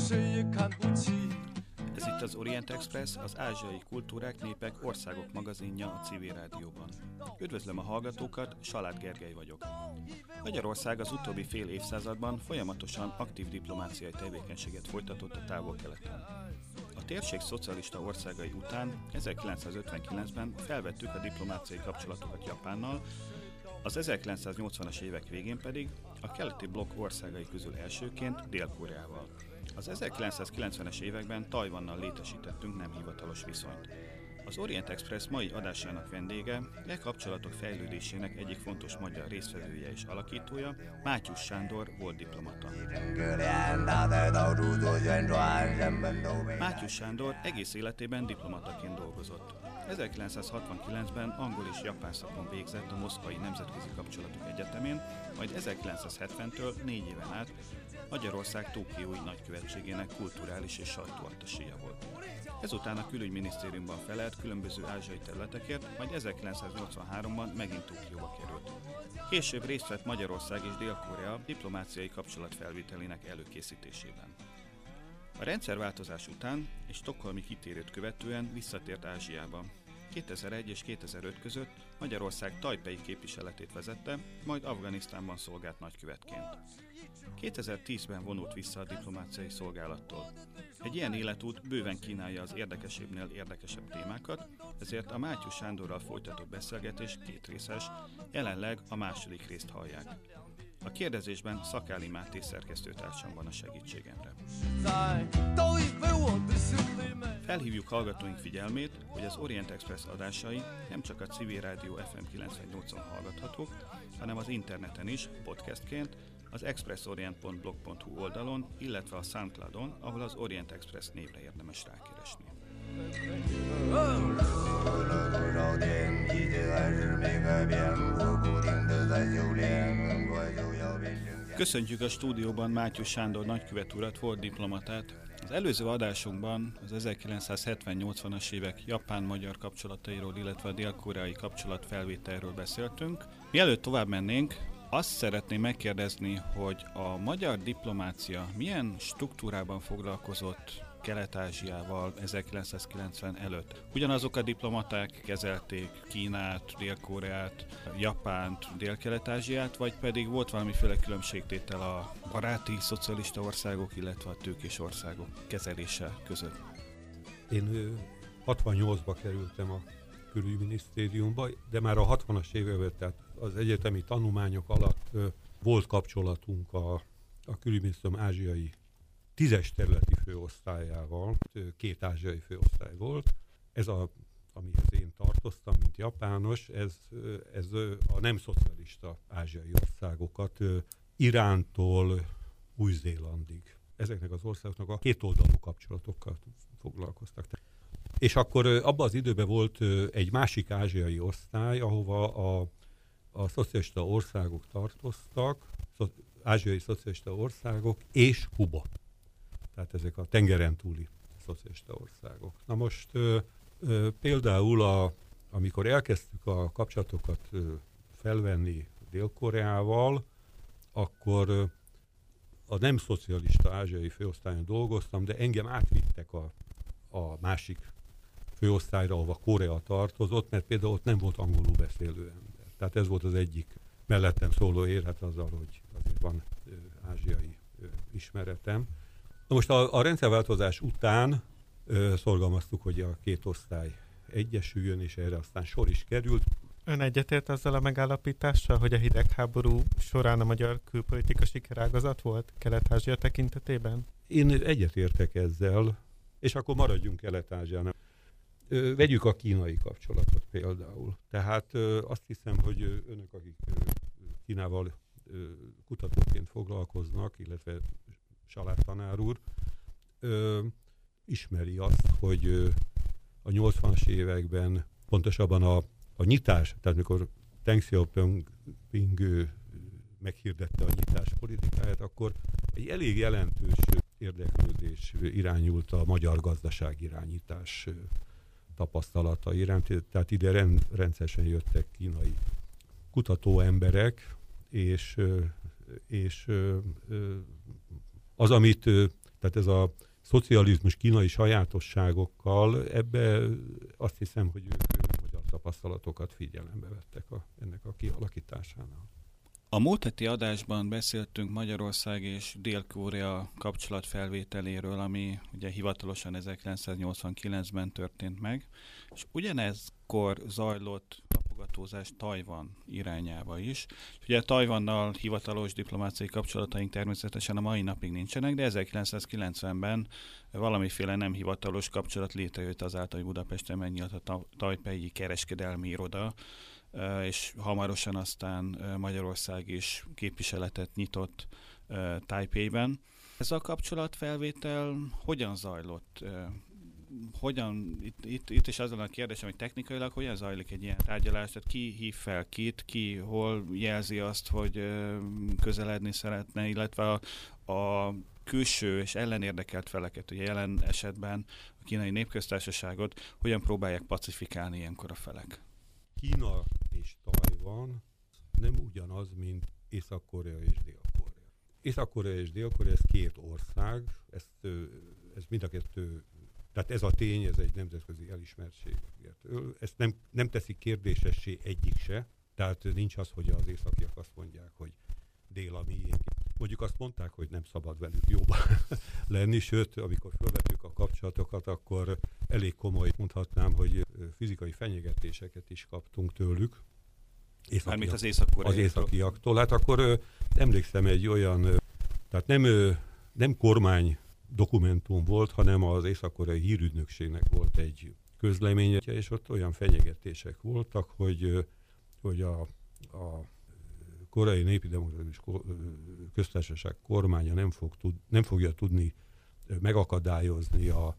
Ez itt az Orient Express, az ázsiai kultúrák, népek, országok magazinja a Civil Rádióban. Üdvözlöm a hallgatókat, Salád Gergely vagyok. Magyarország az utóbbi fél évszázadban folyamatosan aktív diplomáciai tevékenységet folytatott a Távol-Keleten. A térség szocialista országai után 1959-ben felvettük a diplomáciai kapcsolatokat Japánnal, az 1980-as évek végén pedig a keleti blokk országai közül elsőként Dél-Koreával. Az 1990-es években Tajvannal létesítettünk nem hivatalos viszonyt. Az Orient Express mai adásának vendége, kapcsolatok fejlődésének egyik fontos magyar résztvevője és alakítója, Mátyus Sándor volt diplomata. Mátyus Sándor egész életében diplomataként dolgozott. 1969-ben angol és japán szakon végzett a Moszkvai Nemzetközi Kapcsolatok Egyetemén, majd 1970-től 4 éven át Magyarország Tokiói nagykövetségének kulturális és sajtóattaséja volt. Ezután a külügyminisztériumban felelt különböző ázsiai területekért, majd 1983-ban megint Tokióba került. Később részt vett Magyarország és Dél-Korea diplomáciai kapcsolatfelvételének előkészítésében. A rendszerváltozás után és stockholmi kitérőt követően visszatért Ázsiába. 2001 és 2005 között Magyarország tajpei képviseletét vezette, majd Afganisztánban szolgált nagykövetként. 2010-ben vonult vissza a diplomáciai szolgálattól. Egy ilyen életút bőven kínálja az érdekesebbnél érdekesebb témákat, ezért a Mátyus Sándorral folytatott beszélgetés kétrészes, jelenleg a második részt hallják. A kérdezésben Szakáli Máté szerkesztőtársam van a segítségemre. Felhívjuk hallgatóink figyelmét, hogy az Orient Express adásai nem csak a Civil Rádió FM 98-on hallgathatók, hanem az interneten is, podcastként, az expressorient.blog.hu oldalon, illetve a Soundcloudon, ahol az Orient Express névre érdemes rákeresni. Köszöntjük a stúdióban Mátyus Sándor nagykövet urat, volt diplomatát. Az előző adásunkban az 1970-80-as évek japán-magyar kapcsolatairól, illetve a dél-koreai kapcsolatfelvételről beszéltünk. Mielőtt tovább mennénk, azt szeretném megkérdezni, hogy a magyar diplomácia milyen struktúrában foglalkozott Kelet-Ázsiával 1990 előtt? Ugyanazok a diplomaták kezelték Kínát, Dél-Koreát, Japánt, Dél-Kelet-Ázsiát, vagy pedig volt valamiféle különbségtétel a baráti szocialista országok, illetve a tőkés országok kezelése között? Én 68-ba kerültem a külügyminisztériumba, de már a 60-as években, tehát az egyetemi tanulmányok alatt volt kapcsolatunk a külügyminisztérium ázsiai 10-es területi főosztályával, 2 ázsiai főosztály volt. Ez amihez én tartoztam, mint japános, ez a nem szocialista ázsiai országokat, Irántól Új-Zélandig. Ezeknek az országoknak a kétoldalú kapcsolatokkal foglalkoztak. És akkor abban az időben volt egy másik ázsiai osztály, ahova a szocialista országok tartoztak, ázsiai szocialista országok és Kuba. Tehát ezek a tengeren túli szocialista országok. Na most például amikor elkezdtük a kapcsolatokat felvenni Dél-Koreával, akkor a nem szocialista ázsiai főosztályon dolgoztam, de engem átvittek a másik főosztályra, ahova Korea tartozott, mert például ott nem volt angolul beszélő ember. Tehát ez volt az egyik mellettem szóló érhet azzal, hogy azért van ázsiai ismeretem. Na most a rendszerváltozás után szorgalmaztuk, hogy a 2 osztály egyesüljön, és erre aztán sor is került. Ön egyetért azzal a megállapítással, hogy a hidegháború során a magyar külpolitika sikerágazat volt Kelet-Ázsia tekintetében? Én egyetértek ezzel, és akkor maradjunk Kelet-Ázsiánál. Vegyük a kínai kapcsolatot például. Tehát azt hiszem, hogy önök, akik Kínával kutatóként foglalkoznak, illetve Salád tanár úr, ismeri azt, hogy a 80-as években pontosabban a nyitás, tehát mikor Deng Xiaoping meghirdette a nyitás politikáját, akkor egy elég jelentős érdeklődés irányult a magyar gazdaság irányítás tapasztalata iránt, tehát ide rendszeresen jöttek kínai kutatóemberek, és az, amit Tehát ez a szocializmus kínai sajátosságokkal, ebbe azt hiszem, hogy ők magyar tapasztalatokat figyelembe vettek ennek a kialakításánál. A múlt heti adásban beszéltünk Magyarország és Dél-Korea kapcsolatfelvételéről, ami ugye hivatalosan 1989-ben történt meg, és ugyanezkor zajlott tapogatózás Tajvan irányába is. És ugye Tajvannal hivatalos diplomáciai kapcsolataink természetesen a mai napig nincsenek, de 1990-ben valamiféle nem hivatalos kapcsolat létrejött azáltal, hogy Budapesten megnyílt a tajpei kereskedelmi iroda, és hamarosan aztán Magyarország is képviseletet nyitott Tajpében. Ez a kapcsolatfelvétel hogyan zajlott? Itt is azon a kérdésem, hogy technikailag hogyan zajlik egy ilyen tárgyalás? Tehát ki hív fel kit, ki hol jelzi azt, hogy közeledni szeretne, illetve a külső és ellenérdekelt feleket, ugye jelen esetben a Kínai Népköztársaságot hogyan próbálják pacifikálni ilyenkor a felek? Kína és Tajvan nem ugyanaz, mint Észak-Korea és Dél-Korea. Észak-Korea és Dél-Korea, ez két ország, ez mind a kettő, tehát ez a tény, ez egy nemzetközi elismertséget. Ezt nem teszik kérdésessé egyik se, tehát nincs az, hogy az északiak azt mondják, hogy dél a miénk. Mondjuk azt mondták, hogy nem szabad velük jóban lenni, sőt, amikor felvettük a kapcsolatokat, akkor elég komoly, mondhatnám, hogy fizikai fenyegetéseket is kaptunk tőlük. Mármint az északiaktól. Hát akkor emlékszem egy olyan, tehát nem kormány dokumentum volt, hanem az észak-koreai hírügynökségnek volt egy közleménye, és ott olyan fenyegetések voltak, hogy a Koreai Népi Demokratikus Köztársaság kormánya nem fogja tudni megakadályozni a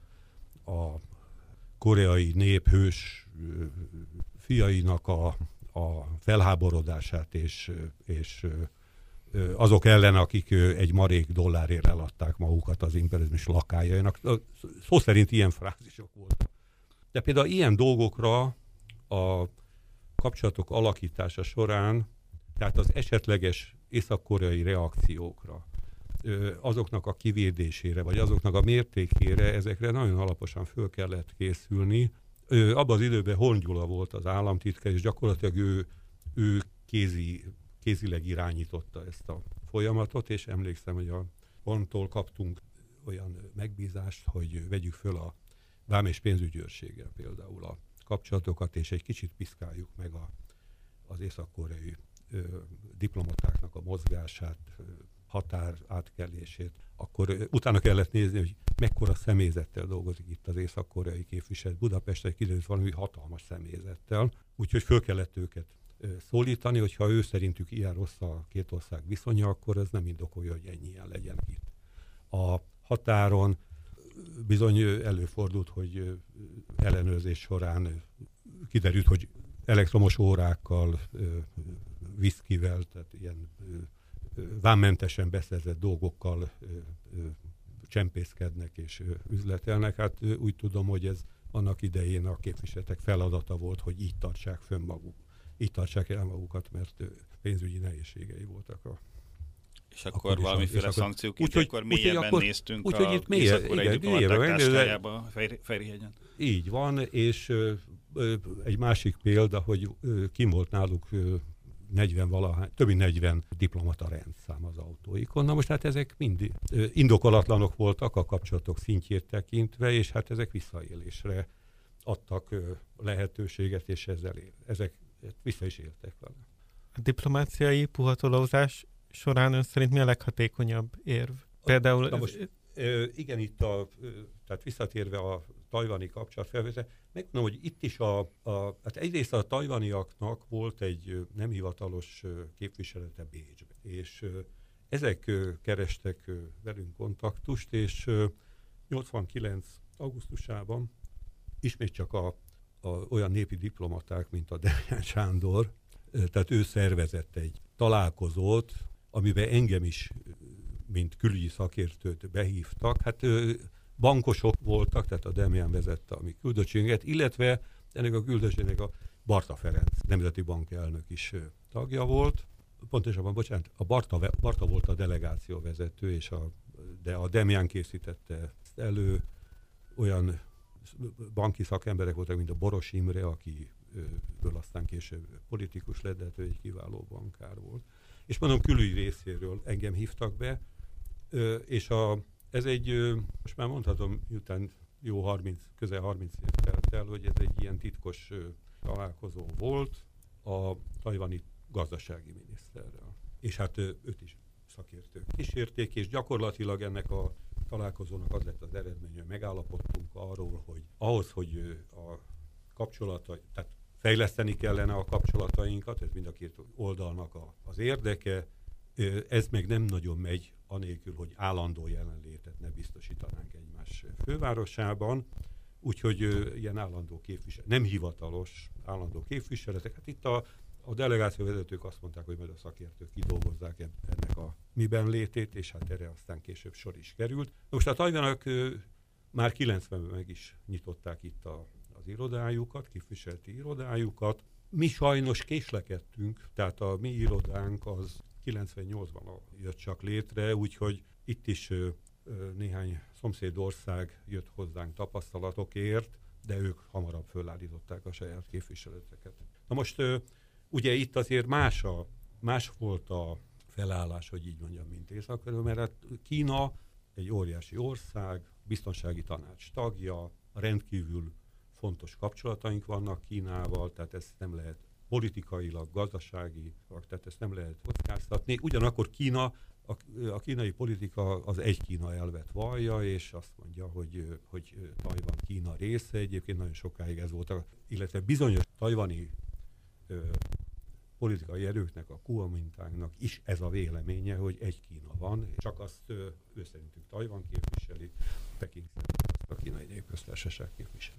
koreai nép hős fiainak a felháborodását, és azok ellen, akik egy marék dollárért eladták magukat az imperializmus lakájainak. Szó szerint ilyen frázisok voltak. De például ilyen dolgokra a kapcsolatok alakítása során, tehát az esetleges észak-koreai reakciókra, azoknak a kivédésére, vagy azoknak a mértékére, ezekre nagyon alaposan föl kellett készülni. Abban az időben Horn Gyula volt az államtitkár, és gyakorlatilag ő kézileg irányította ezt a folyamatot, és emlékszem, hogy a Horntól kaptunk olyan megbízást, hogy vegyük föl a vám- és pénzügyőrséggel például a kapcsolatokat, és egy kicsit piszkáljuk meg az észak-koreai diplomatáknak a mozgását, határ átkelését, akkor utána kellett nézni, hogy mekkora személyzettel dolgozik itt az észak-koreai képviselet. Budapesten kiderült valami hatalmas személyzettel, úgyhogy föl kellett őket szólítani, hogyha ő szerintük ilyen rossz a két ország viszonya, akkor ez nem indokolja, hogy ennyien legyenek itt. A határon bizony előfordult, hogy ellenőrzés során kiderült, hogy elektromos órákkal, viszkivel, tehát ilyen vámmentesen beszerzett dolgokkal csempészkednek és üzletelnek. Hát úgy tudom, hogy ez annak idején a képviseletek feladata volt, hogy így tartsák el magukat, mert pénzügyi nehézségei voltak és akkor valamiféle szankcióként, akkor mélyebben néztünk a észak-koreai diplomaták táskájába Ferihegyen. Így van, és egy másik példa, hogy kim volt náluk több mint 40 diplomata rendszám az autóikon. Na most hát ezek mind indokolatlanok voltak a kapcsolatok szintjét tekintve, és hát ezek visszaélésre adtak lehetőséget, és ezek vissza is éltek vele. A diplomáciai puhatolózás során ön szerint mi a leghatékonyabb érv? Például... Igen, tehát visszatérve a tajvani kapcsolatfelvétel, megmondom, hogy itt is hát egyrészt a tajvaniaknak volt egy nem hivatalos képviselete Bécsben, és ezek kerestek velünk kontaktust, és 89. augusztusában ismét csak olyan népi diplomaták, mint a Demján Sándor, tehát ő szervezett egy találkozót, amiben engem is, mint külügyi szakértőt behívtak. Hát bankosok voltak, tehát a Demján vezette a mi küldöttségünket, illetve ennek a küldöttségnek a Barta Ferenc, Nemzeti Bank elnök is tagja volt. Pontosabban, bocsánat, a Barta volt a delegáció vezető, és a de a Demján készítette ezt elő, olyan banki szakemberek voltak, mint a Boros Imre, akiből aztán később politikus lett, de ő egy kiváló bankár volt. És mondom, külügy részéről engem hívtak be, és ez egy, most már mondhatom, miután jó közel 30 év telt el, hogy ez egy ilyen titkos találkozó volt a tajvani gazdasági miniszterrel. És hát őt is szakértők kísérték, és gyakorlatilag ennek a találkozónak az lett az eredmény, hogy megállapodtunk arról, hogy ahhoz, hogy a kapcsolata, tehát fejleszteni kellene a kapcsolatainkat, ez mind a két oldalnak az érdeke, ez meg nem nagyon megy anélkül, hogy állandó jelenlétet ne biztosítanánk egymás fővárosában, úgyhogy ilyen állandó képviselet, nem hivatalos állandó képviseletek. Hát itt a delegációvezetők azt mondták, hogy majd a szakértők kidolgozzák ennek a miben létét, és hát erre aztán később sor is került. Most a tajvanak már 90-ben meg is nyitották itt az irodájukat, képviseleti irodájukat. Mi sajnos késlekedtünk, tehát a mi irodánk az 98-ban jött csak létre, úgyhogy itt is néhány szomszédország jött hozzánk tapasztalatokért, de ők hamarabb fölállították a saját képviseleteket. Na most ugye itt azért más volt a felállás, hogy így mondjam, mint Észak-Korea, mert hát Kína egy óriási ország, biztonsági tanács tagja, rendkívül fontos kapcsolataink vannak Kínával, tehát ezt nem lehet politikailag, gazdaságilag, tehát ezt nem lehet kockáztatni. Ugyanakkor Kína, a kínai politika az egy Kína elvet vallja, és azt mondja, hogy Tajvan Kína része. Egyébként nagyon sokáig ez volt, illetve bizonyos tajvani politikai erőknek, a Kuomintánknak is ez a véleménye, hogy egy Kína van, csak azt ő szerintük Tajvan képviseli, Peking szerint azt a Kínai Népköztársaság képviseli.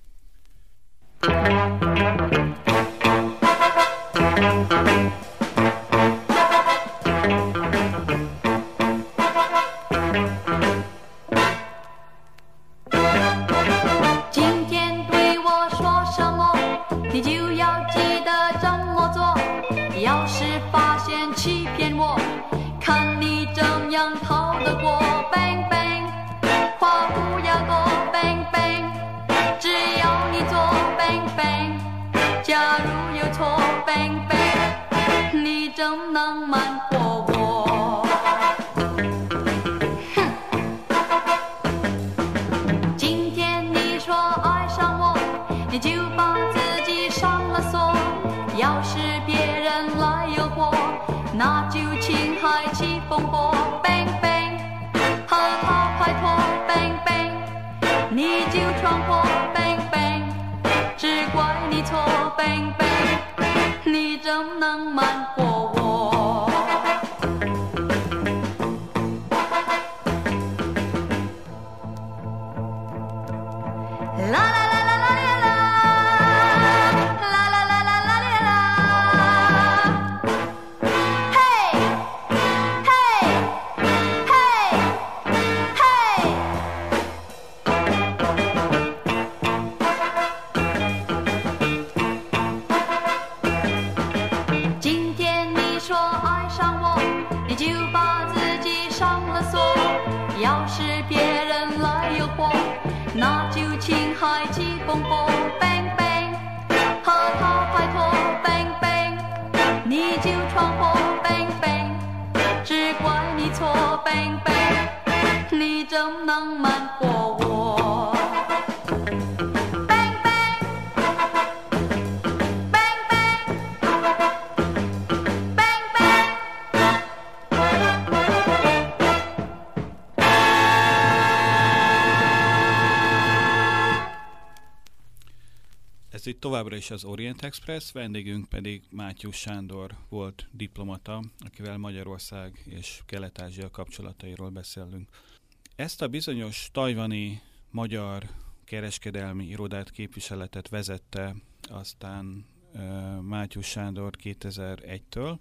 Ez itt továbbra is az Orient Express, vendégünk pedig Mátyus Sándor volt diplomata, akivel Magyarország és Kelet-Ázsia kapcsolatairól beszélünk. Ezt a bizonyos tajvani magyar kereskedelmi irodát, képviseletet vezette aztán Mátyus Sándor 2001-től.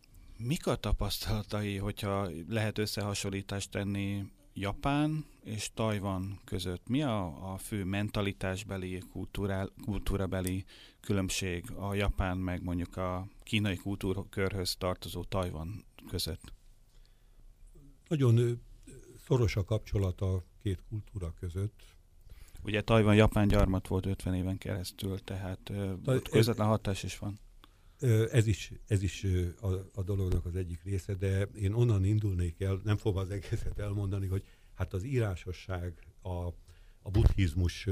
Mik a tapasztalatai, hogyha lehet összehasonlítást tenni Japán és Tajvan között? Mi a fő mentalitásbeli, kultúrabeli különbség a japán meg mondjuk a kínai kultúrkörhöz tartozó Tajvan között? Nagyon szoros a kapcsolat a két kultúra között. Ugye Tajvan-Japán gyarmat volt 50 éven keresztül, tehát közvetlen hatás is van. Ez is a dolognak az egyik része, de én onnan indulnék el, nem fogom az egészet elmondani, hogy hát az írásosság, a buddhizmus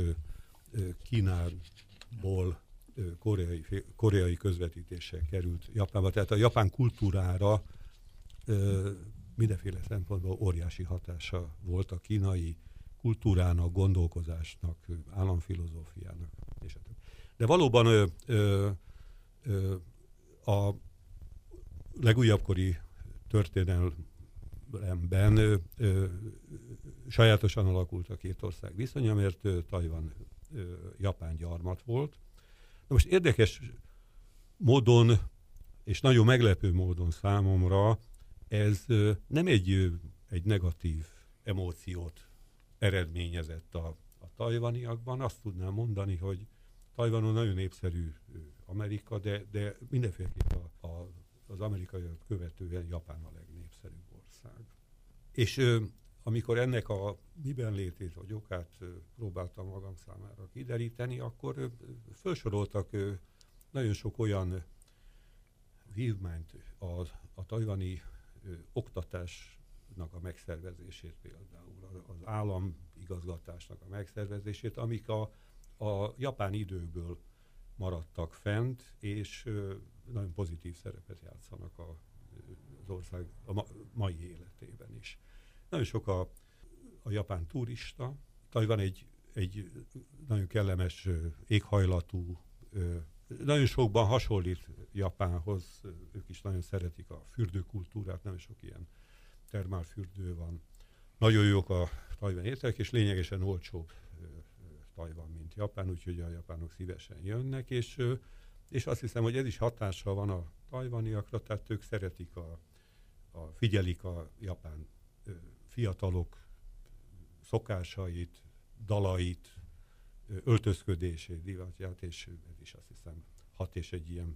Kínából koreai közvetítéssel került Japánba. Tehát a japán kultúrára mindenféle szempontból óriási hatása volt a kínai kultúrának, gondolkozásnak, államfilozófiának. De valóban a legújabbkori történelemben sajátosan alakult a két ország viszonya, mert Tajvan japán gyarmat volt. Na most érdekes módon, és nagyon meglepő módon számomra, ez nem egy negatív emóciót eredményezett a tajvaniakban. Azt tudnám mondani, hogy Tajvanon nagyon népszerű Amerika, de mindenféleképp az amerikaiak követően Japán a legnépszerűbb ország. És amikor ennek a miben létét vagy okát próbáltam magam számára kideríteni, akkor felsoroltak nagyon sok olyan vívmányt a tajvani oktatásnak a megszervezését, például az államigazgatásnak a megszervezését, amik a japán időkből maradtak fent, és nagyon pozitív szerepet játszanak az ország mai életében is. Nagyon sok a japán turista. Tajvan egy nagyon kellemes éghajlatú, nagyon sokban hasonlít Japánhoz, ők is nagyon szeretik a fürdőkultúrát, nagyon sok ilyen termálfürdő van. Nagyon jók a tajvani ételek, és lényegesen olcsóbb Tajvan, mint Japán, úgyhogy a japánok szívesen jönnek, és azt hiszem, hogy ez is hatással van a tajvaniakra, tehát ők szeretik, figyelik a japán fiatalok szokásait, dalait, öltözködését, divatját, és ez is azt hiszem hat, és egy ilyen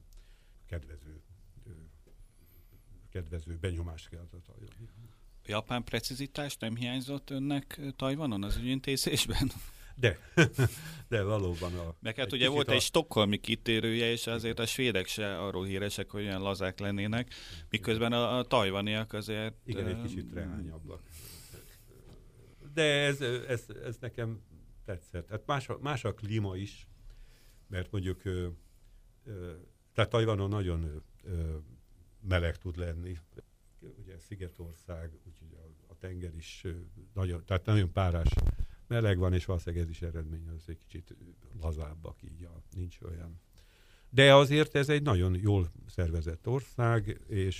kedvező benyomást kelt a tajvaniaknak. Japán precizitás nem hiányzott önnek Tajvanon az ügyintézésben? De valóban. Meg hát ugye volt egy stockholmi kitérője, és azért a svédek se arról híresek, hogy olyan lazák lennének, miközben a tajvaniak azért... Igen, egy kicsit rehányabbak. De ez nekem tetszett. Hát más a klíma is, mert mondjuk tehát Tajvanon nagyon meleg tud lenni. Ugye szigetország, úgyhogy a tenger is tehát nagyon párás meleg van, és valószínűleg ez is eredményez, egy kicsit lazábbak, így nincs olyan. De azért ez egy nagyon jól szervezett ország,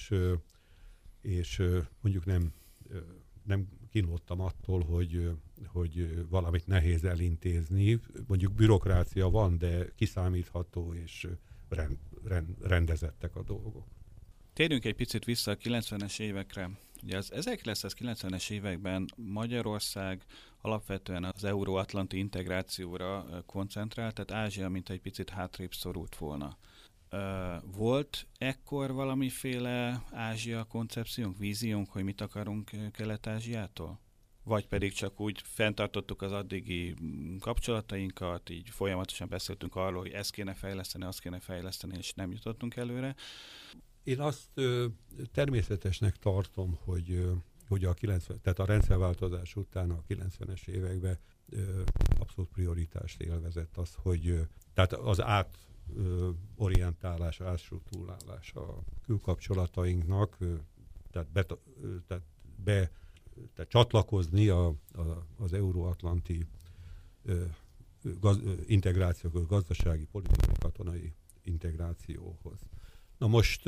és mondjuk nem kínlottam attól, hogy valamit nehéz elintézni. Mondjuk bürokrácia van, de kiszámítható, és rendezettek a dolgok. Térjünk egy picit vissza a 90-es évekre. Ugye az 1990-es években Magyarország alapvetően az euróatlanti integrációra koncentrált, tehát Ázsia mint egy picit hátrébb szorult volna. Volt ekkor valamiféle Ázsia koncepciónk, víziónk, hogy mit akarunk Kelet-Ázsiától? Vagy pedig csak úgy fenntartottuk az addigi kapcsolatainkat, így folyamatosan beszéltünk arról, hogy ezt kéne fejleszteni, azt kéne fejleszteni, és nem jutottunk előre? Én azt természetesnek tartom, hogy tehát a rendszerváltozás után a 90-es években abszolút prioritást élvezett az, hogy tehát az átorientálás, átstruktúrálás a külkapcsolatainknak, tehát csatlakozni az euróatlanti integrációhoz, gazdasági, politikai, katonai integrációhoz. Na most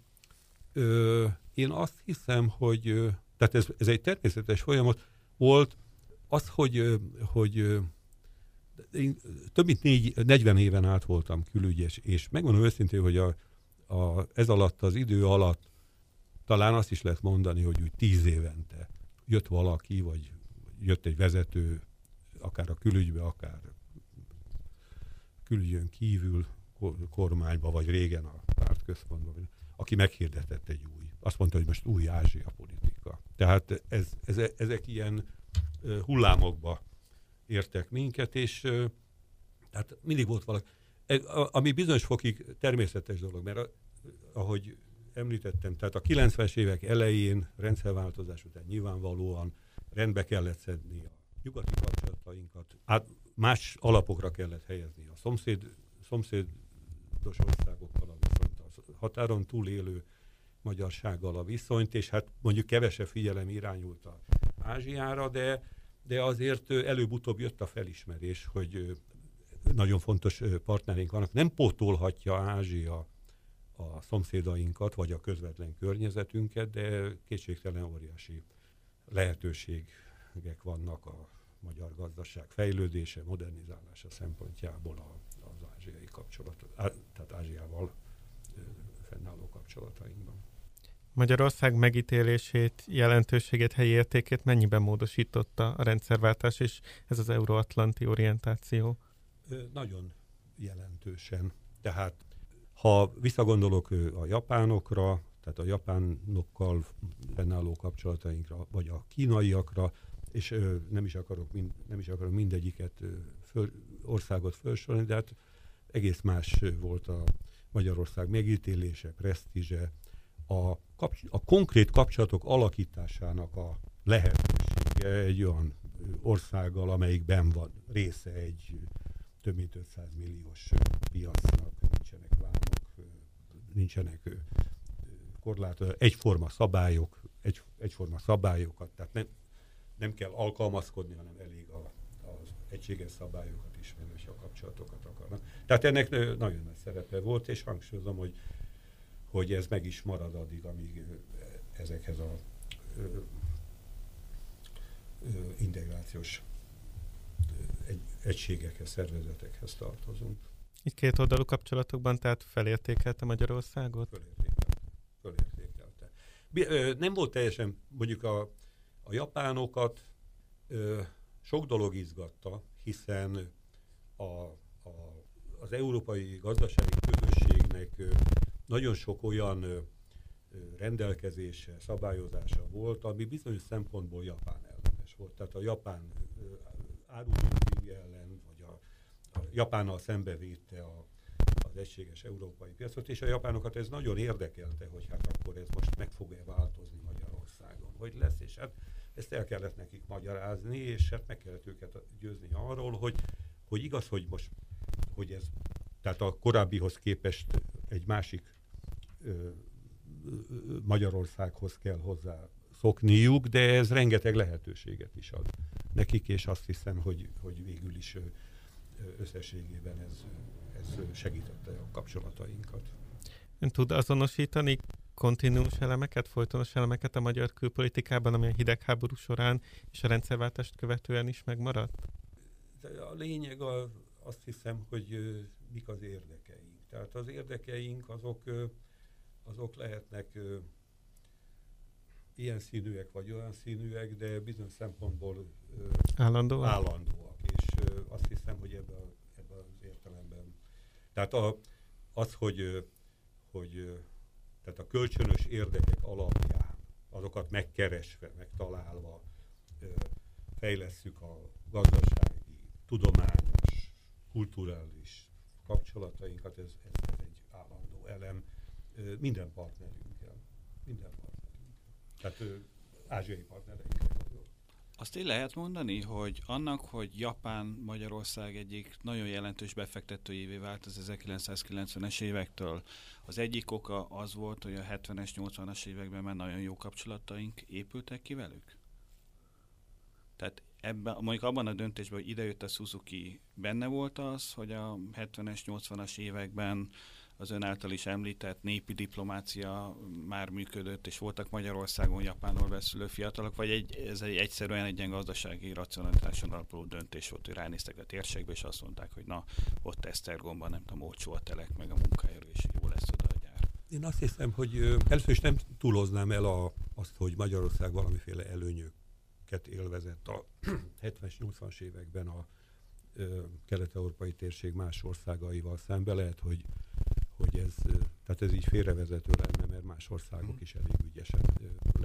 én azt hiszem, hogy tehát ez egy természetes folyamat volt, az, hogy én több mint 40 éven át voltam külügyes, és megmondom őszintén, hogy ez alatt az idő alatt talán azt is lehet mondani, hogy úgy 10 évente jött valaki, vagy jött egy vezető, akár a külügybe, akár külügyön kívül, kormányba, vagy régen a pártközpontban, aki meghirdetett azt mondta, hogy most új Ázsia politika. Tehát ezek ilyen hullámokba értek minket, és tehát mindig volt valaki, ami bizonyos fokig természetes dolog, mert ahogy említettem, tehát a 90-es évek elején rendszerváltozás után nyilvánvalóan rendbe kellett szedni a nyugati kapcsolatainkat, más alapokra kellett helyezni a szomszédos országokkal a viszonyt, a határon túl élő magyarsággal a viszonyt, és hát mondjuk kevesebb figyelem irányult az Ázsiára, de azért előbb-utóbb jött a felismerés, hogy nagyon fontos partnereink vannak. Nem pótolhatja Ázsia a szomszédainkat, vagy a közvetlen környezetünket, de kétségtelen óriási lehetőségek vannak a magyar gazdaság fejlődése, modernizálása szempontjából az ázsiai kapcsolat, tehát Ázsiával fennálló kapcsolatainkban. Magyarország megítélését, jelentőségét, helyi értékét mennyiben módosította a rendszerváltás és ez az euróatlanti orientáció? Nagyon jelentősen. Tehát ha visszagondolok a japánokra, tehát a japánokkal fennálló kapcsolatainkra, vagy a kínaiakra, és nem is akarok mindegyiket országot felsorolni, de hát egész más volt a Magyarország megítélése, presztízse, a konkrét kapcsolatok alakításának a lehetősége egy olyan országgal, amelyikben van része egy több mint 500 milliós piacnak, nincsenek vámok, nincsenek korlátok, egyforma szabályokat, tehát nem kell alkalmazkodni, hanem elég az egységes szabályokat ismerni, és a kapcsolatokat akarnak. Tehát ennek nagyon nagy szerepe volt, és hangsúlyozom, hogy ez meg is marad addig, amíg ezekhez a integrációs egységekhez, szervezetekhez tartozunk. Így kétoldalú kapcsolatokban tehát felértékelte Magyarországot? Fölértékelte. Nem volt teljesen, mondjuk a japánokat sok dolog izgatta, hiszen az európai gazdasági közösségnek nagyon sok olyan rendelkezése, szabályozása volt, ami bizonyos szempontból japán ellenes volt. Tehát a japán árudömping ellen, vagy a Japánnal szembevédte az egységes európai piacot, és a japánokat ez nagyon érdekelte, hogy hát akkor ez most meg fog-e változni Magyarországon, hogy lesz, és hát ezt el kellett nekik magyarázni, és hát meg kellett őket győzni arról, hogy igaz, hogy ez, tehát a korábbihoz képest egy másik Magyarországhoz kell hozzá szokniuk, de ez rengeteg lehetőséget is ad nekik, és azt hiszem, hogy végül is összességében ez segítette a kapcsolatainkat. Ön tud azonosítani kontinuus elemeket, folytonos elemeket a magyar külpolitikában, ami a hidegháború során és a rendszerváltást követően is megmaradt? A lényeg azt hiszem, hogy mik az érdekeink. Tehát az érdekeink azok lehetnek ilyen színűek vagy olyan színűek, de bizonyos szempontból állandóak. És azt hiszem, hogy ebben az értelemben. Tehát tehát a kölcsönös érdekek alapján, azokat megkeresve, megtalálva fejlesszük a gazdasági, tudományos, kulturális kapcsolatainkat, ez egy állandó elem minden partnerünkkel. Tehát ázsiai partnereinkkel. Azt így lehet mondani, hogy annak, hogy Japán Magyarország egyik nagyon jelentős befektetőjévé vált az 1990-es évektől, az egyik oka az volt, hogy a 70-es, 80-as években már nagyon jó kapcsolataink épültek ki velük? Tehát mondjuk abban a döntésben, hogy idejött a Suzuki, benne volt az, hogy a 70-es, 80-as években az ön által is említett népi diplomácia már működött, és voltak Magyarországon japánul beszélő fiatalok, vagy ez egyszerűen egy ilyen gazdasági racionalitáson alapuló döntés volt, hogy ránéztek a térségbe, és azt mondták, hogy na, ott Esztergomban, nem tudom, olcsó a telek, meg a munkaerő, és jó lesz oda a gyár. Én azt hiszem, hogy először is nem túloznám el azt, hogy Magyarország valamiféle előnyöket élvezett a 70-es, 80-as években a kelet-európai térség más országaival szemben. Lehet, hogy ez így félrevezető lenne, mert más országok is elég ügyesen, lehet, hogy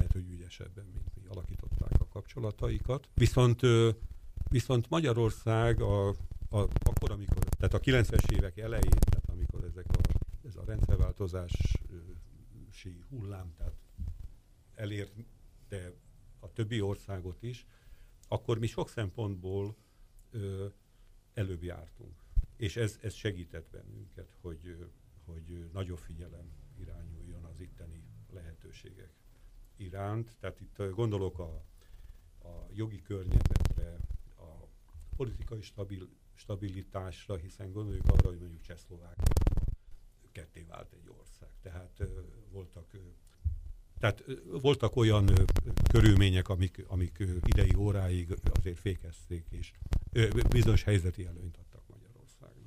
személyesebben, mint mi alakították a kapcsolataikat. Viszont Magyarország akkor, amikor, tehát a 90-es évek elején, tehát amikor ez a rendszerváltozási hullám, tehát elérte a többi országot is, akkor mi sok szempontból előbb jártunk. És ez segített bennünket, hogy nagyobb figyelem irányuljon az itteni lehetőségek iránt. Tehát itt gondolok a jogi környezetre, a politikai stabilitásra, hiszen gondoljuk arra, hogy mondjuk Csehszlovákia ketté vált egy ország. Tehát voltak olyan körülmények, amik idei óráig azért fékezték, és bizonyos helyzeti előnyt adtak Magyarországnak.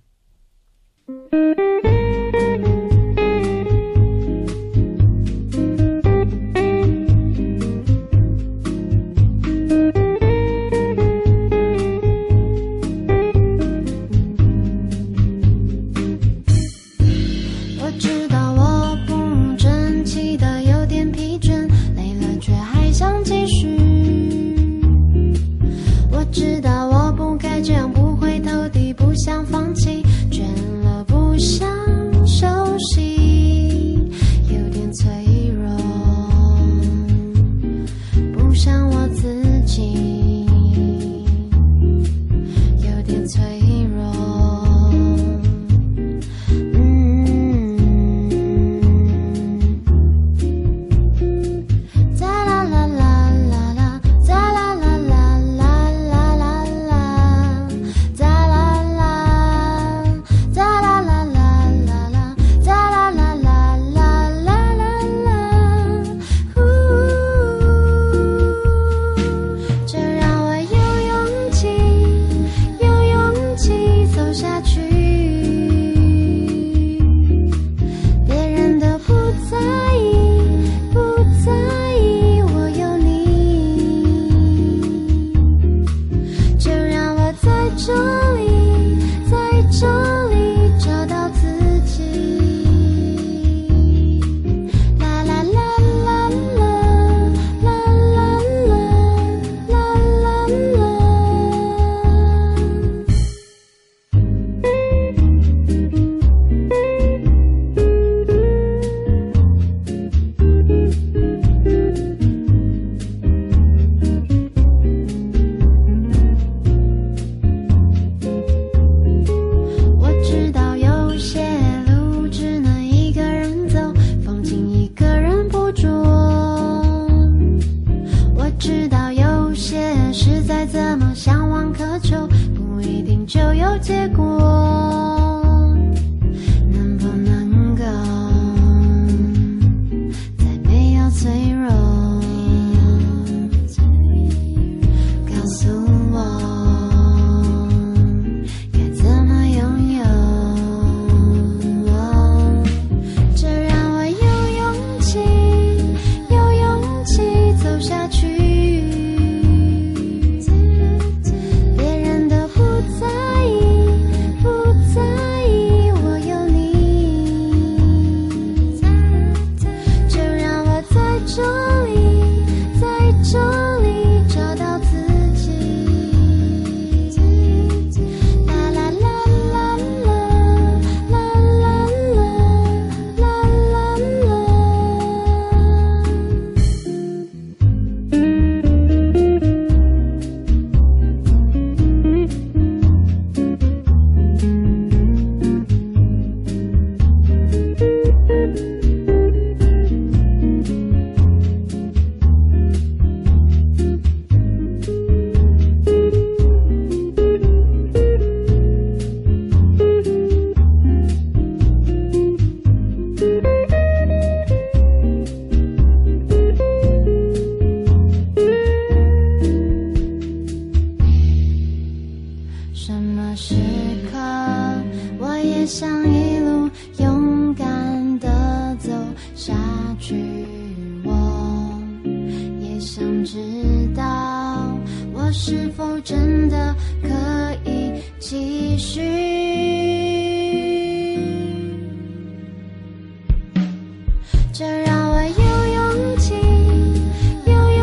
这让我有勇气，有勇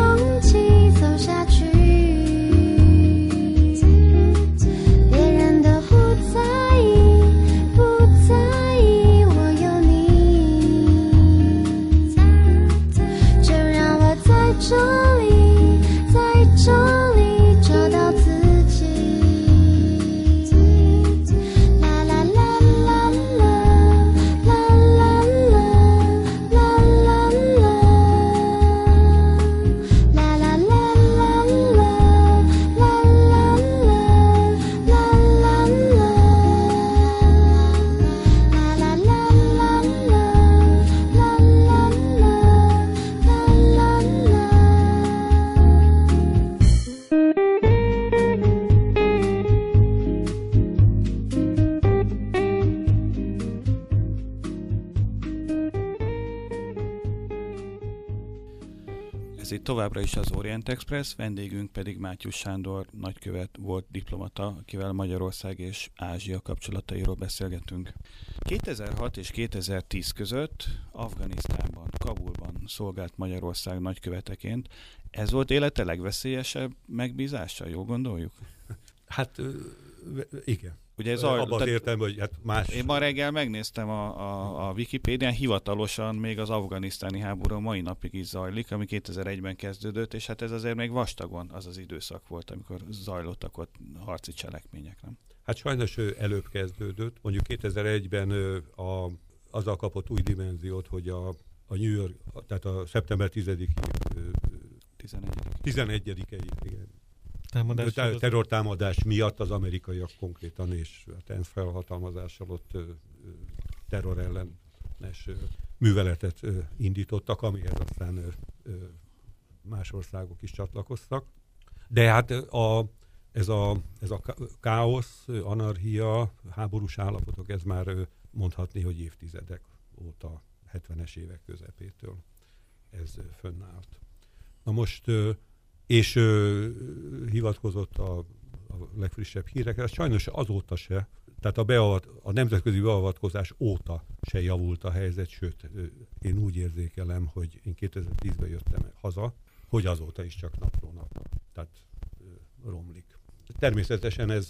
Ez itt továbbra is az Orient Express, vendégünk pedig Mátyus Sándor nagykövet volt diplomata, akivel Magyarország és Ázsia kapcsolatairól beszélgetünk. 2006 és 2010 között Afganisztánban, Kabulban szolgált Magyarország nagyköveteként. Ez volt élete legveszélyesebb megbízása, jól gondoljuk? Hát igen. Ugye ez abban az értelemben, hogy hát más... Én ma reggel megnéztem a Wikipédián, hivatalosan még az afganisztáni háború mai napig is zajlik, ami 2001-ben kezdődött, és hát ez azért még vastagon az az időszak volt, amikor zajlottak ott harci cselekmények, nem? Hát sajnos előbb kezdődött. Mondjuk 2001-ben azzal kapott új dimenziót, hogy a New York, tehát a szeptember 11-i terrortámadás miatt az amerikaiak konkrétan és ENSZ felhatalmazással ott terror ellenes műveletet indítottak, amihez aztán más országok is csatlakoztak. De hát ez a káosz, anarchia, háborús állapotok, ez már mondhatni, hogy évtizedek óta, 70-es évek közepétől ez fönnállt. Na most, és hivatkozott a legfrissebb hírekre, sajnos azóta se, tehát a nemzetközi beavatkozás óta se javult a helyzet, sőt, én úgy érzékelem, hogy én 2010-ben jöttem haza, hogy azóta is csak napról napra. Tehát romlik. Természetesen ez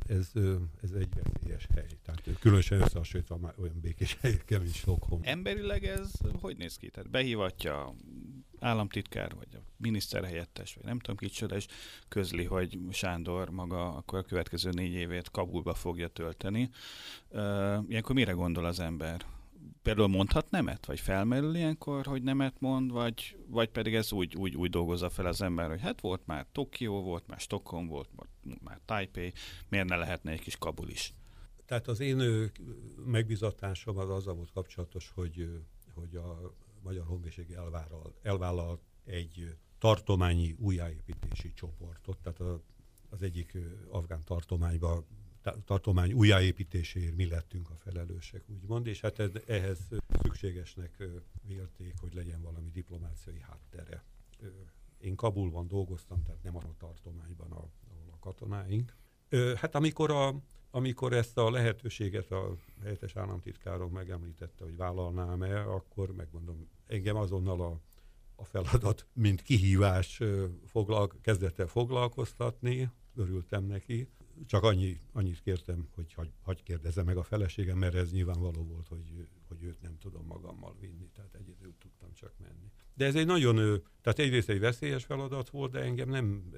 egy veszélyes hely. Tehát különösen összehasonlítva már olyan békés helyekkel, mint Stockholm. Emberileg ez hogy néz ki? Tehát behívatja államtitkár, vagy a miniszterhelyettes, vagy nem tudom kicsoda, és közli, hogy Sándor maga akkor a következő 4 évét Kabulba fogja tölteni. Ilyenkor mire gondol az ember? Például mondhat nemet? Vagy felmerül ilyenkor, hogy nemet mond? Vagy pedig ez úgy dolgozza fel az ember, hogy hát volt már Tokió, volt már Stockholm, volt már Taipei, miért ne lehetne egy kis Kabul is? Tehát az én megbizatásom az azzal volt kapcsolatos, hogy a Magyar Honvédség elvállal egy tartományi újjáépítési csoportot, tehát az egyik afgán tartomány újjáépítéséért mi lettünk a felelősek, úgymond, és hát ehhez szükségesnek vélték, hogy legyen valami diplomáciai háttere. Én Kabulban dolgoztam, tehát nem a tartományban, ahol a katonáink. Hát amikor ezt a lehetőséget a helyettes államtitkárom megemlítette, hogy vállalnám-e, akkor megmondom, engem azonnal a feladat, mint kihívás kezdett el foglalkoztatni, örültem neki. Csak annyit kértem, hogy hagyj kérdezze meg a feleségem, mert ez nyilvánvaló volt, hogy őt nem tudom magammal vinni, tehát egyedül tudtam csak menni. De ez egy tehát egyrészt egy veszélyes feladat volt, de engem nem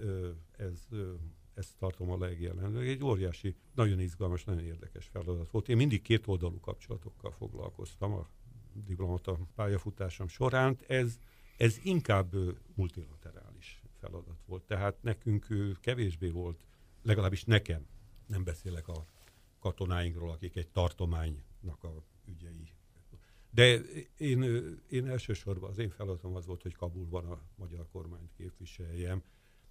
ezt tartom a legjellemzőbb. Egy óriási, nagyon izgalmas, nagyon érdekes feladat volt. Én mindig kétoldalú kapcsolatokkal foglalkoztam a diplomata pályafutásom során. Ez inkább multilaterális feladat volt. Tehát nekünk kevésbé volt, legalábbis nekem, nem beszélek a katonáinkról, akik egy tartománynak a ügyei. De én elsősorban az én feladatom az volt, hogy Kabulban a magyar kormányt képviseljem.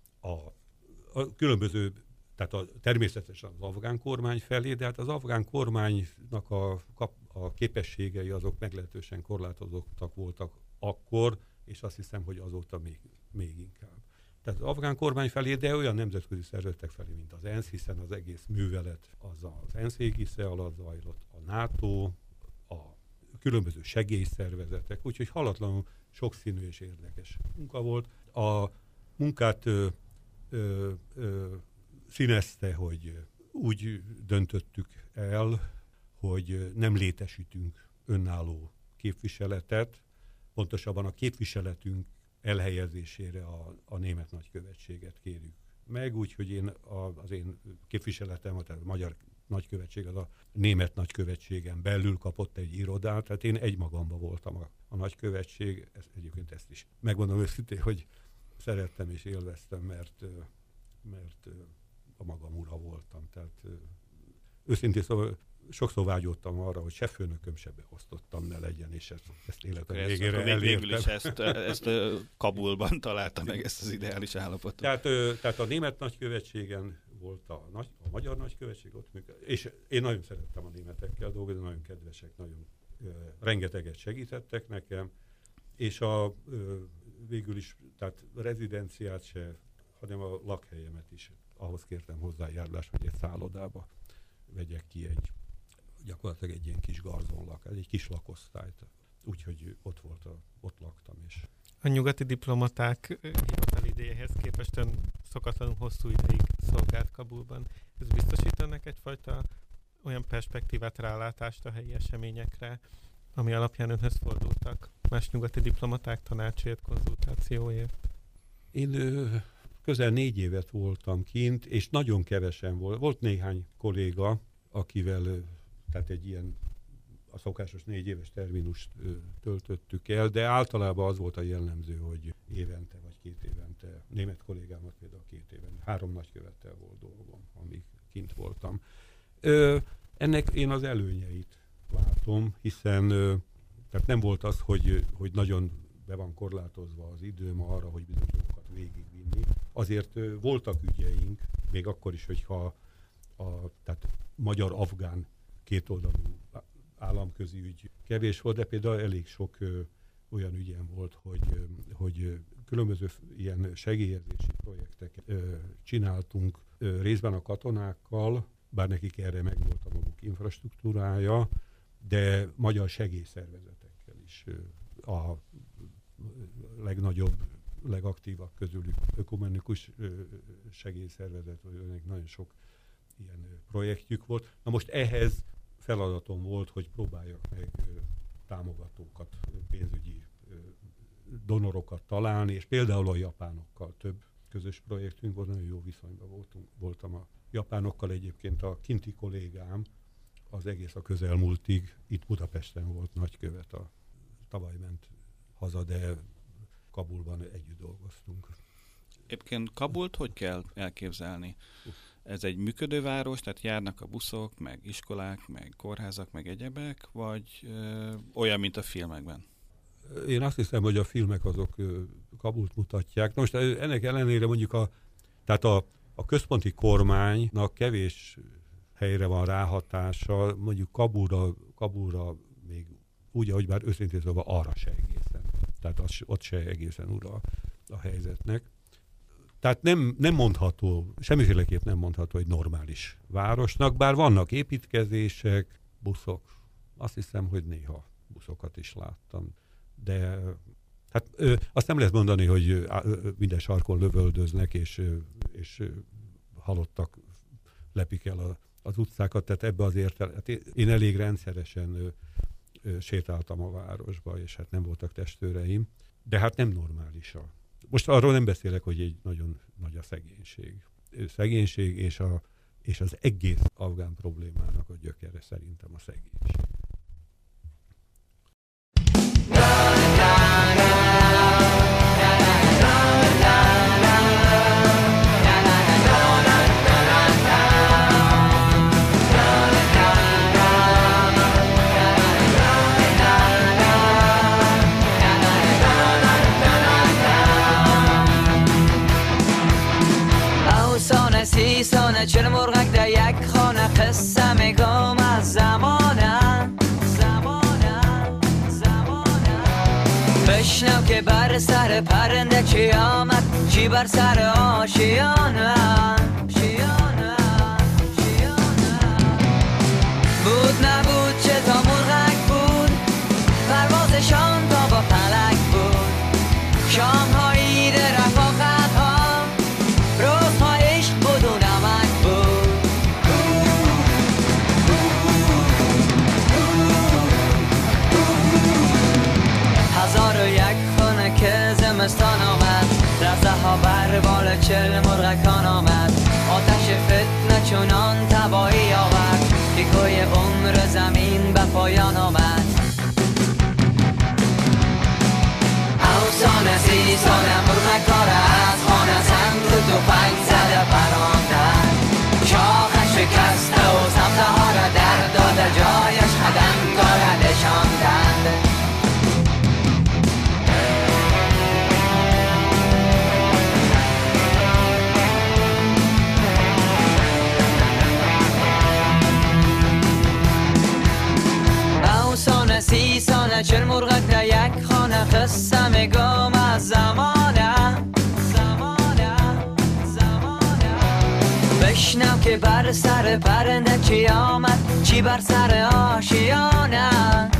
A különböző, tehát természetesen az afgán kormány felé, de hát az afgán kormánynak a képességei azok meglehetősen korlátozottak voltak akkor, és azt hiszem, hogy azóta még inkább. Tehát az afgán kormány felé, de olyan nemzetközi szervezetek felé, mint az ENSZ, hiszen az egész művelet az ENSZ égisze alatt zajlott, a NATO, a különböző segélyszervezetek, úgyhogy halatlanul sokszínű és érdekes munka volt. A munkát színezte, hogy úgy döntöttük el, hogy nem létesítünk önálló képviseletet, pontosabban a képviseletünk elhelyezésére a német nagykövetséget kérjük meg, úgyhogy az én képviseletem, tehát a magyar nagykövetség az a német nagykövetségen belül kapott egy irodát, tehát én egymagamban voltam a nagykövetség, egyébként ezt is megmondom őszintén, hogy szerettem és élveztem, mert a magam ura voltam. Tehát őszintén szóval sokszor vágyottam arra, hogy se főnököm, se beosztottam ne legyen, és ezt életem végére elértem. Végül is ezt Kabulban találta meg ezt az ideális állapotot. Tehát a német nagykövetségen volt a magyar nagykövetség, ott működött, és én nagyon szerettem a németekkel dolgozni, nagyon kedvesek, nagyon rengeteget segítettek nekem, és végül is, tehát rezidenciát se, hanem a lakhelyemet is ahhoz kértem hozzájárulás, hogy egy szállodába vegyek ki gyakorlatilag egy ilyen kis garzonlakás, egy kis lakosztályt. Úgyhogy ott laktam is. A nyugati diplomaták hivatali idejéhez képest szokatlanul hosszú ideig szolgált Kabulban. Ez biztosít önnek egyfajta olyan perspektívát, rálátást a helyi eseményekre, ami alapján önhöz fordultak más nyugati diplomaták tanácsért, konzultációért? Én közel 4 évet voltam kint, és nagyon kevesen volt néhány kolléga, akivel tehát egy ilyen a szokásos 4 éves terminust töltöttük el, de általában az volt a jellemző, hogy évente vagy 2 évente, német kollégámat például 2 évente, 3 nagykövettel volt dolgom, amíg kint voltam. Ennek én az előnyeit látom, hiszen tehát nem volt az, hogy nagyon be van korlátozva az időm arra, hogy bizonyos dolgokat végigvinni. Azért voltak ügyeink, még akkor is, hogyha tehát magyar-afgán kétoldalú államközi ügy kevés volt, de például elég sok olyan ügyem volt, hogy különböző ilyen segélyezési projekteket csináltunk részben a katonákkal, bár nekik erre megvolt a maguk infrastruktúrája, de magyar segélyszervezetekkel is. A legnagyobb, legaktívabb közülük ökumenikus segélyszervezet, vagy nagyon sok ilyen projektjük volt. Na most ehhez feladatom volt, hogy próbáljak meg támogatókat, pénzügyi donorokat találni, és például a japánokkal több közös projektünk volt, nagyon jó viszonyban voltam a japánokkal. Egyébként a kinti kollégám az egész a közelmúltig itt Budapesten volt nagykövet, tavaly ment haza, de Kabulban együtt dolgoztunk. Egyébként Kabult hogy kell elképzelni? Ez egy működő város, tehát járnak a buszok, meg iskolák, meg kórházak, meg egyebek, vagy olyan, mint a filmekben? Én azt hiszem, hogy a filmek azok Kabult mutatják. Most ennek ellenére mondjuk a központi kormánynak kevés helyre van ráhatása, mondjuk Kabulra még úgy, ahogy már őszintén szóval arra se egészen. Tehát ott se egészen ura a helyzetnek. Tehát nem mondható, semmiféleképp nem mondható egy normális városnak, bár vannak építkezések, buszok. Azt hiszem, hogy néha buszokat is láttam. De hát azt nem lehet mondani, hogy minden sarkon lövöldöznek, és halottak lepik el az utcákat. Tehát ebbe azért hát én elég rendszeresen sétáltam a városba, és hát nem voltak testőreim. De hát nem normális most arról nem beszélek, hogy egy nagyon nagy a szegénység. Szegénység és az egész afgán problémának a gyökere szerintem a szegénység. چل مرغک در یک خانه قصه میگم از زمانم بشنو که بر سر پرنده چی آمد چی بر سر آشیانم بود نبود چه تا مرغک بود پروازشان تا با فلک بود شام‌های رفاقت ها روزها عشق بود و نمک بود هزار و یک خونه که زمستان آمد رفته ها بر بال چل مرغکان آمد آتش فتنه چونان تباهی آورد که کوی عمر زمین به پایان آمد اوسان سیسان مرغکار از خانه سمت توفنگ زده پراندن شاخش شکسته و سمته ها را در داده جایش خدنگار نشاندند اوسان سیسان چل مرغک در یک خانه قصه میگم از زمان بر سر پرنده چی آمد چی بر سر آشیانه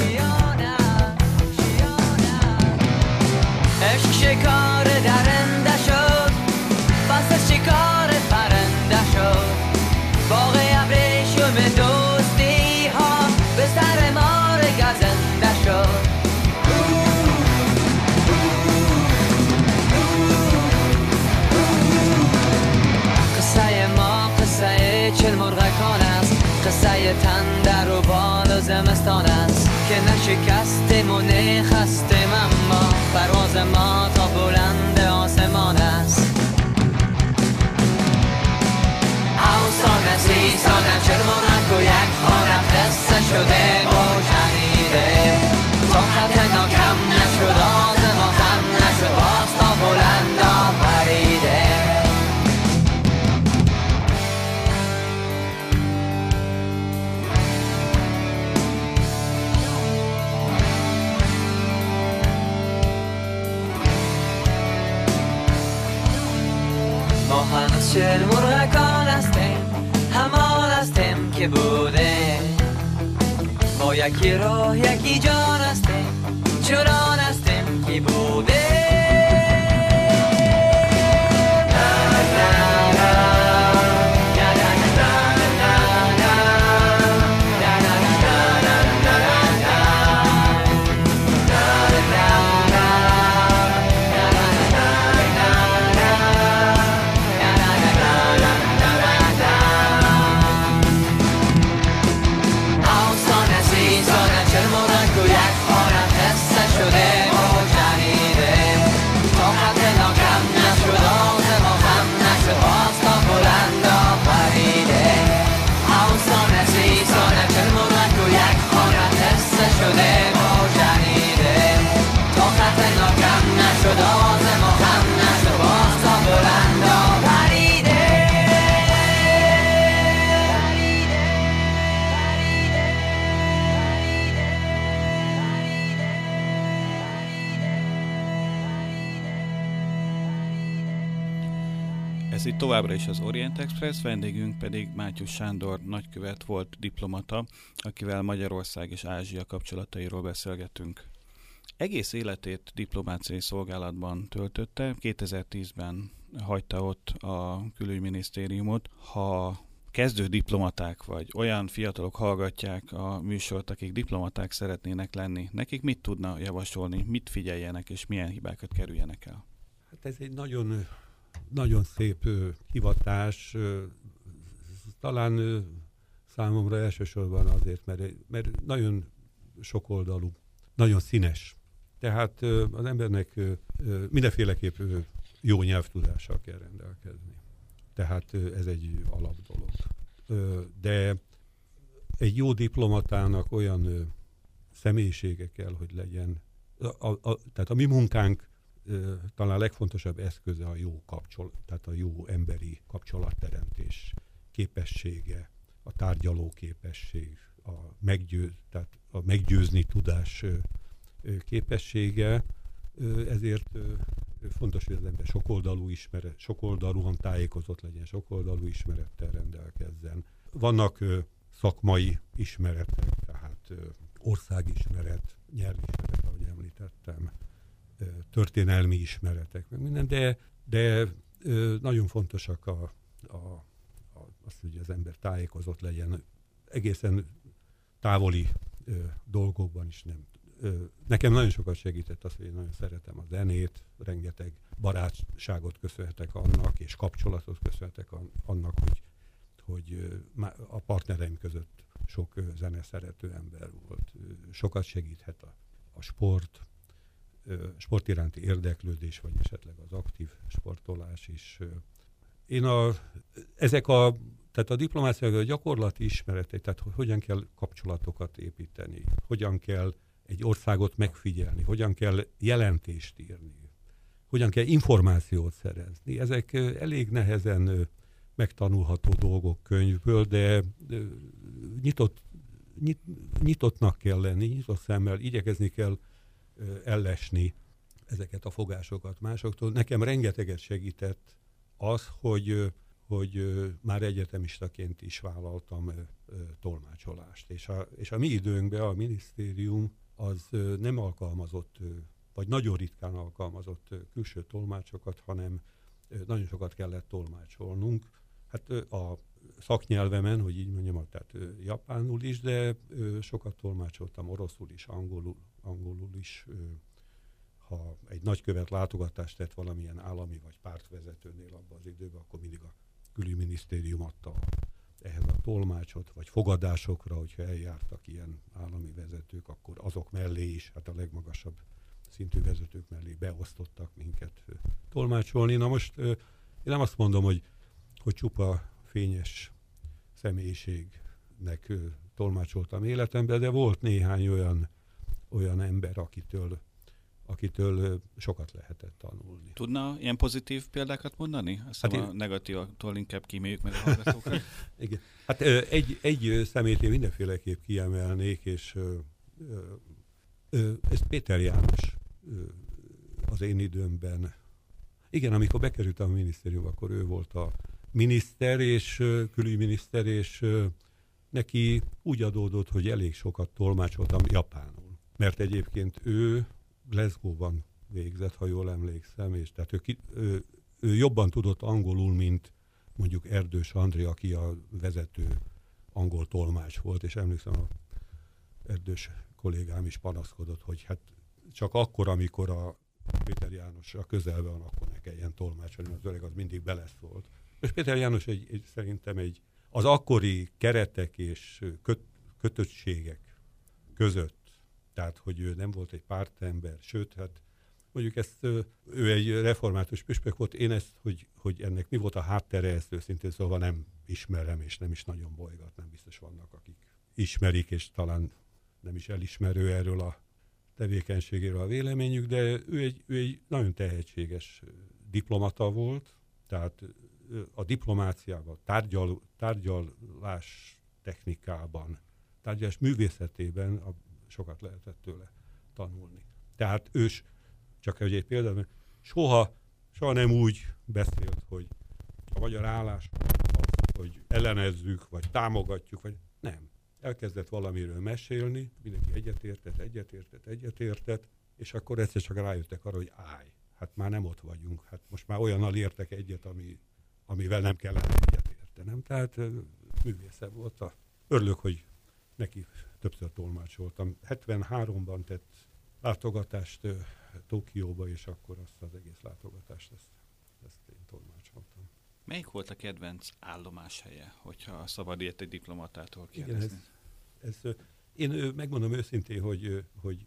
عشق شکار درنده شد پس شکار پرنده شد باغ ابریشم دوستی ها به سر مار گزنده شد قصه ما قصه چل مرغکان است قصه تندر و بال و زمستان است که نشکستیم و نخستیم اما پرواز ما تا بلند آسمان است اوسان سی سالم چل مرغ و یک خانم قصه شده و شنیده تا خط ناکم نشد آز ما خم نشد باز تا بلند آفریده ما هنوز چل مرغکان هستیم همان هستیم که بوده ما یکی راه یکی جان هستیم چنان هستیم که بوده Ez itt továbbra is az Orient Express, vendégünk pedig Mátyus Sándor nagykövet volt diplomata, akivel Magyarország és Ázsia kapcsolatairól beszélgetünk. Egész életét diplomáciai szolgálatban töltötte, 2010-ben hagyta ott a külügyminisztériumot. Ha kezdő diplomaták vagy olyan fiatalok hallgatják a műsort, akik diplomaták szeretnének lenni, nekik mit tudna javasolni, mit figyeljenek és milyen hibákat kerüljenek el? Hát ez egy nagyon szép hivatás, talán számomra elsősorban azért, mert nagyon sokoldalú, nagyon színes. Tehát az embernek mindenféleképp jó nyelvtudással kell rendelkezni. Tehát ez egy alapdolog. De egy jó diplomatának olyan személyisége kell, hogy legyen. Tehát a mi munkánk talán a legfontosabb eszköze a jó kapcsolat, tehát a jó emberi kapcsolatteremtés képessége, a tárgyaló képesség, tehát a meggyőzni tudás képessége. Ezért fontos, hogy az ember sokoldalúan tájékozott legyen, sokoldalú ismerettel rendelkezzen. Vannak szakmai ismeretek, tehát országismeret, nyelvismeret, ahogy említettem, történelmi ismeretek, meg minden, de nagyon fontosak az, hogy az ember tájékozott legyen, egészen távoli dolgokban is nem. Nekem nagyon sokat segített az, hogy én nagyon szeretem a zenét, rengeteg barátságot köszönhetek annak, és kapcsolatot köszönhetek annak, hogy a partnereim között sok zeneszerető ember volt. Sokat segíthet a sport iránti érdeklődés, vagy esetleg az aktív sportolás is. Tehát a diplomáciának a gyakorlati ismeretei, tehát hogyan kell kapcsolatokat építeni, hogyan kell egy országot megfigyelni, hogyan kell jelentést írni, hogyan kell információt szerezni. Ezek elég nehezen megtanulható dolgok könyvből, de nyitottnak kell lenni, nyitott szemmel, igyekezni kell ellesni ezeket a fogásokat másoktól. Nekem rengeteget segített az, hogy hogy már egyetemistaként is vállaltam tolmácsolást. És a mi időnkben a minisztérium az nem alkalmazott, vagy nagyon ritkán alkalmazott külső tolmácsokat, hanem nagyon sokat kellett tolmácsolnunk. Hát a szaknyelvemen, hogy így mondjam, tehát japánul is, de sokat tolmácsoltam oroszul is, angolul is. Ha egy nagykövet látogatást tett valamilyen állami vagy pártvezetőnél abban az időben, akkor mindig a külügyminisztérium adta ehhez a tolmácsot, vagy fogadásokra, hogyha eljártak ilyen állami vezetők, akkor azok mellé is, hát a legmagasabb szintű vezetők mellé beosztottak minket tolmácsolni. Na most én nem azt mondom, hogy csupa fényes személyiségnek tolmácsoltam életemben, de volt néhány olyan ember, akitől sokat lehetett tanulni. Tudna ilyen pozitív példákat mondani? Azt a negatívaktól inkább kíméljük meg a hallgatókat. Igen. Hát egy személyt én mindenféleképp kiemelnék, és ez Péter János az én időmben. Igen, amikor bekerültem a minisztériumba, akkor ő volt a miniszter és külügyminiszter, és neki úgy adódott, hogy elég sokat tolmácsoltam japánul. Mert egyébként ő Glasgow-ban végzett, ha jól emlékszem, és tehát ő jobban tudott angolul, mint mondjuk Erdős André, aki a vezető angol tolmács volt, és emlékszem, a Erdős kollégám is panaszkodott, hogy hát csak akkor, amikor a Péter János a közelben van, akkor ne kelljen tolmácsolni, az öreg az mindig beleszólt. És Péter János szerintem az akkori keretek és kötöttségek között, tehát, hogy ő nem volt egy pártember, sőt, hát mondjuk ő egy református püspök volt, én ezt, hogy ennek mi volt a háttere, ezt őszintén szóval nem ismerem, és nem is nagyon bolygat, nem biztos vannak, akik ismerik, és talán nem is elismerő erről a tevékenységéről a véleményük, de ő egy nagyon tehetséges diplomata volt, tehát a diplomáciában, tárgyalás technikában, tárgyalás művészetében sokat lehetett tőle tanulni. Tehát ő, csak egy példa, soha nem úgy beszélt, hogy a magyar állás az, hogy ellenezzük, vagy támogatjuk, vagy nem. Elkezdett valamiről mesélni, mindenki egyetértett, és akkor egyszer csak rájöttek arra, hogy hát már nem ott vagyunk, hát most már olyannal értek egyet, amivel nem kellene egyetértenem. Tehát művésze volt. Örülök, hogy neki többször tolmácsoltam. 73-ban tett látogatást Tokióba, és akkor azt az egész látogatást ezt én tolmácsoltam. Melyik volt a kedvenc állomáshelye, hogyha szabad ilyet egy diplomatától kérdezni? Igen, én megmondom őszintén, hogy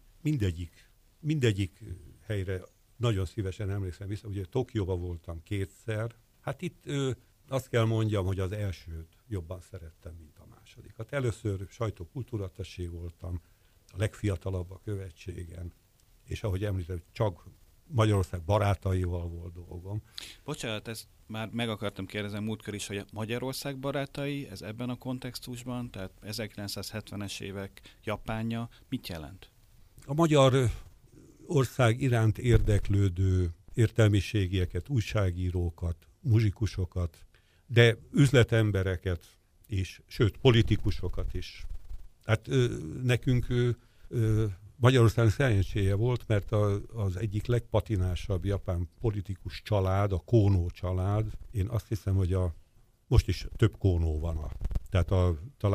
mindegyik helyre nagyon szívesen emlékszem vissza. Ugye Tokióban voltam 2-szer. Hát itt azt kell mondjam, hogy az elsőt jobban szerettem, mint a másodikat. Először sajtókultúratassé voltam, a legfiatalabb a követségen, és ahogy említettem, csak Magyarország barátaival volt dolgom. Bocsánat, ezt már meg akartam kérdezni múltkor is, hogy a Magyarország barátai, ez ebben a kontextusban, tehát 1970-es évek Japánja, mit jelent? A magyar ország iránt érdeklődő értelmiségieket, újságírókat, muzsikusokat, de üzletembereket is, sőt, politikusokat is. Hát nekünk Magyarországon szerencséje volt, mert az egyik legpatinásabb japán politikus család, a Kónó család, én azt hiszem, hogy most is több Kónó van. Tehát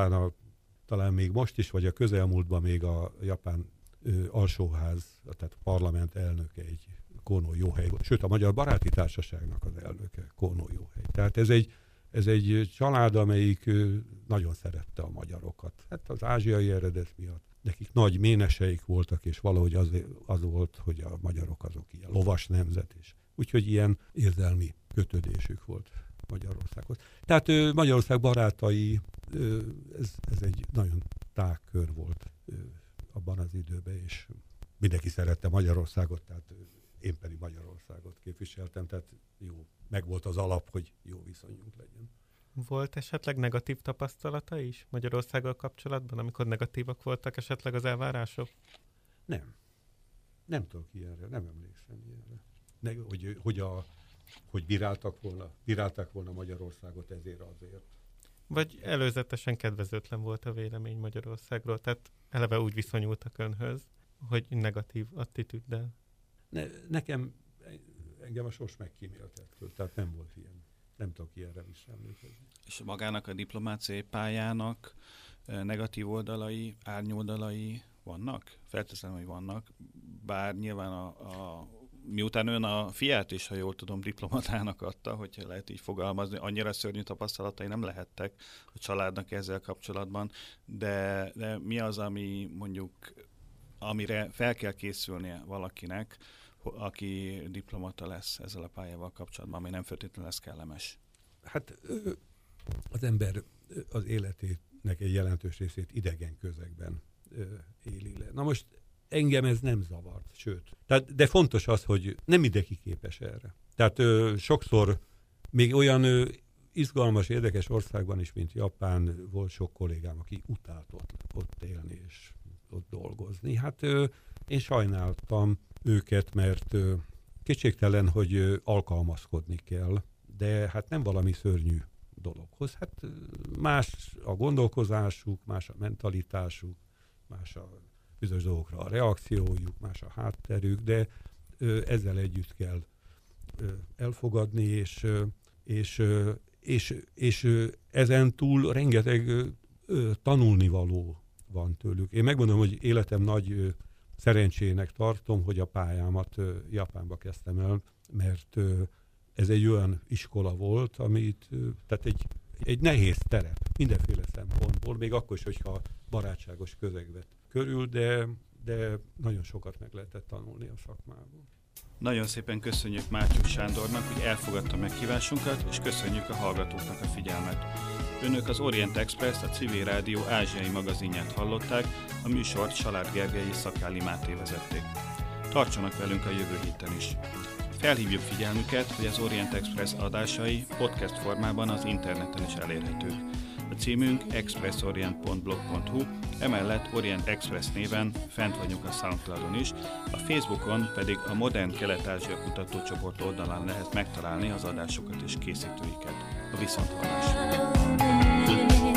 talán még most is, vagy a közelmúltban még a japán alsóház, tehát a parlament elnöke egy Kónó Jóhei, sőt a Magyar Baráti Társaságnak az elnöke Kónó Jóhei. Tehát ez egy család, amelyik nagyon szerette a magyarokat. Hát az ázsiai eredet miatt. Nekik nagy méneseik voltak, és valahogy az volt, hogy a magyarok azok ilyen lovas nemzet is. Úgyhogy ilyen érzelmi kötődésük volt Magyarországhoz. Tehát Magyarország barátai, ez egy nagyon tág kör volt abban az időben, és mindenki szerette Magyarországot, tehát én pedig Magyarországot képviseltem, tehát jó, meg volt az alap, hogy jó viszonyunk legyen. Volt esetleg negatív tapasztalata is Magyarországgal kapcsolatban, amikor negatívak voltak esetleg az elvárások? Nem tudok ilyenre, nem emlékszem ilyenre. Hogy hogy bírálták volna Magyarországot ezért azért. Vagy előzetesen kedvezőtlen volt a vélemény Magyarországról, tehát eleve úgy viszonyultak önhöz, hogy negatív attitűddel. Engem a sors megkímélt ettől, tehát nem volt ilyen. Nem tudok ilyenre visszaemlékezni. És magának a diplomáciai pályának negatív oldalai, árnyoldalai vannak? Felteszem, hogy vannak, bár nyilván miután ön a fiát is, ha jól tudom, diplomatának adta, hogyha lehet így fogalmazni, annyira szörnyű tapasztalatai nem lehettek a családnak ezzel kapcsolatban, de mi az, ami mondjuk, amire fel kell készülnie valakinek, aki diplomata lesz ezzel a pályával kapcsolatban, ami nem feltétlenül lesz kellemes? Hát az ember az életének egy jelentős részét idegen közegben éli le. Na most engem ez nem zavart, sőt. De fontos az, hogy nem mindenki képes erre. Tehát sokszor még olyan izgalmas, érdekes országban is, mint Japán, volt sok kollégám, aki utált ott élni és ott dolgozni. Hát én sajnáltam őket, mert kétségtelen, hogy alkalmazkodni kell, de hát nem valami szörnyű dologhoz. Hát más a gondolkozásuk, más a mentalitásuk, más a bizonyos dolgokra a reakciójuk, más a hátterük, de ezzel együtt kell elfogadni, és ezen túl rengeteg tanulnivaló van tőlük. Én megmondom, hogy életem nagy szerencsének tartom, hogy a pályámat Japánba kezdtem el, mert ez egy olyan iskola volt, tehát egy nehéz terep, mindenféle szempontból, még akkor is, hogyha barátságos közeg vett körül, de nagyon sokat meg lehetett tanulni a szakmából. Nagyon szépen köszönjük Mátyúk Sándornak, hogy elfogadta meghívásunkat, és köszönjük a hallgatóknak a figyelmet. Önök az Orient Express, a Civil Rádió ázsiai magazinját hallották, a műsort Salád Gergely és Szakáli Máté vezették. Tartsanak velünk a jövő héten is. Felhívjuk figyelmüket, hogy az Orient Express adásai podcast formában az interneten is elérhetők. A címünk expressorient.blog.hu, emellett Orient Express néven fent vagyunk a SoundCloudon is, a Facebookon pedig a Modern Kelet-Ázsia Kutatócsoport oldalán lehet megtalálni az adásokat és készítőiket. A viszonthallásra!